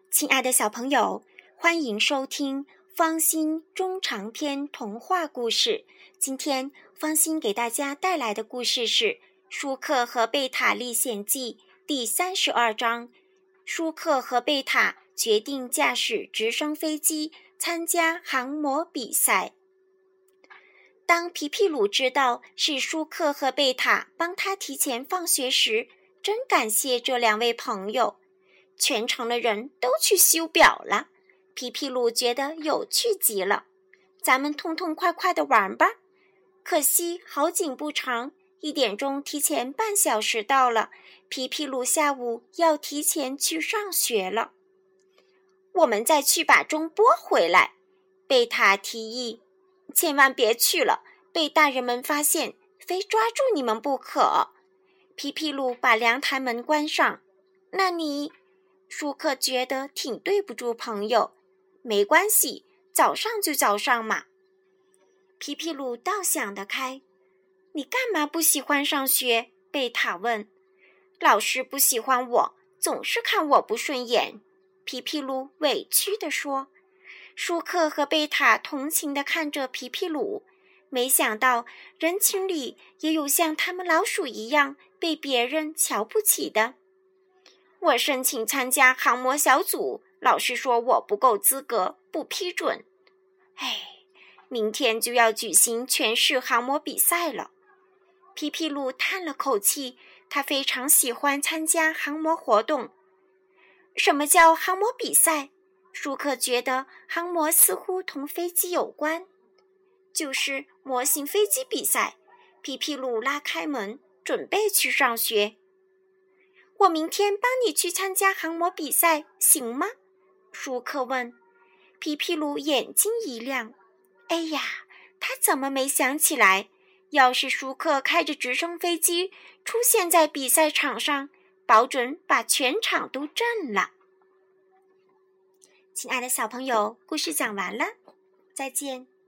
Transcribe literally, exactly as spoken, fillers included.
亲爱的小朋友，欢迎收听方欣中长篇童话故事。今天方欣给大家带来的故事是《舒克和贝塔历险记》第三十二章。舒克和贝塔决定驾驶直升飞机参加航模比赛。当皮皮鲁知道是舒克和贝塔帮他提前放学时，真感谢这两位朋友。全城的人都去修表了，皮皮鲁觉得有趣极了。咱们痛痛快快地玩吧。可惜好景不长，一点钟提前半小时到了，皮皮鲁下午要提前去上学了。我们再去把钟拨回来，贝塔提议。千万别去了，被大人们发现，非抓住你们不可。皮皮鲁把阳台门关上。那你？舒克觉得挺对不住朋友。没关系，早上就早上嘛。皮皮鲁倒想得开。你干嘛不喜欢上学？贝塔问。老师不喜欢我，总是看我不顺眼。皮皮鲁委屈地说。舒克和贝塔同情地看着皮皮鲁，没想到人群里也有像他们老鼠一样被别人瞧不起的。我申请参加航模小组，老师说我不够资格，不批准。哎，明天就要举行全市航模比赛了。皮皮鲁叹了口气，他非常喜欢参加航模活动。什么叫航模比赛？舒克觉得航模似乎同飞机有关。就是模型飞机比赛。皮皮鲁拉开门，准备去上学。我明天帮你去参加航模比赛，行吗？舒克问。皮皮鲁眼睛一亮。哎呀，他怎么没想起来？要是舒克开着直升飞机出现在比赛场上，保准把全场都震了。亲爱的小朋友，故事讲完了，再见。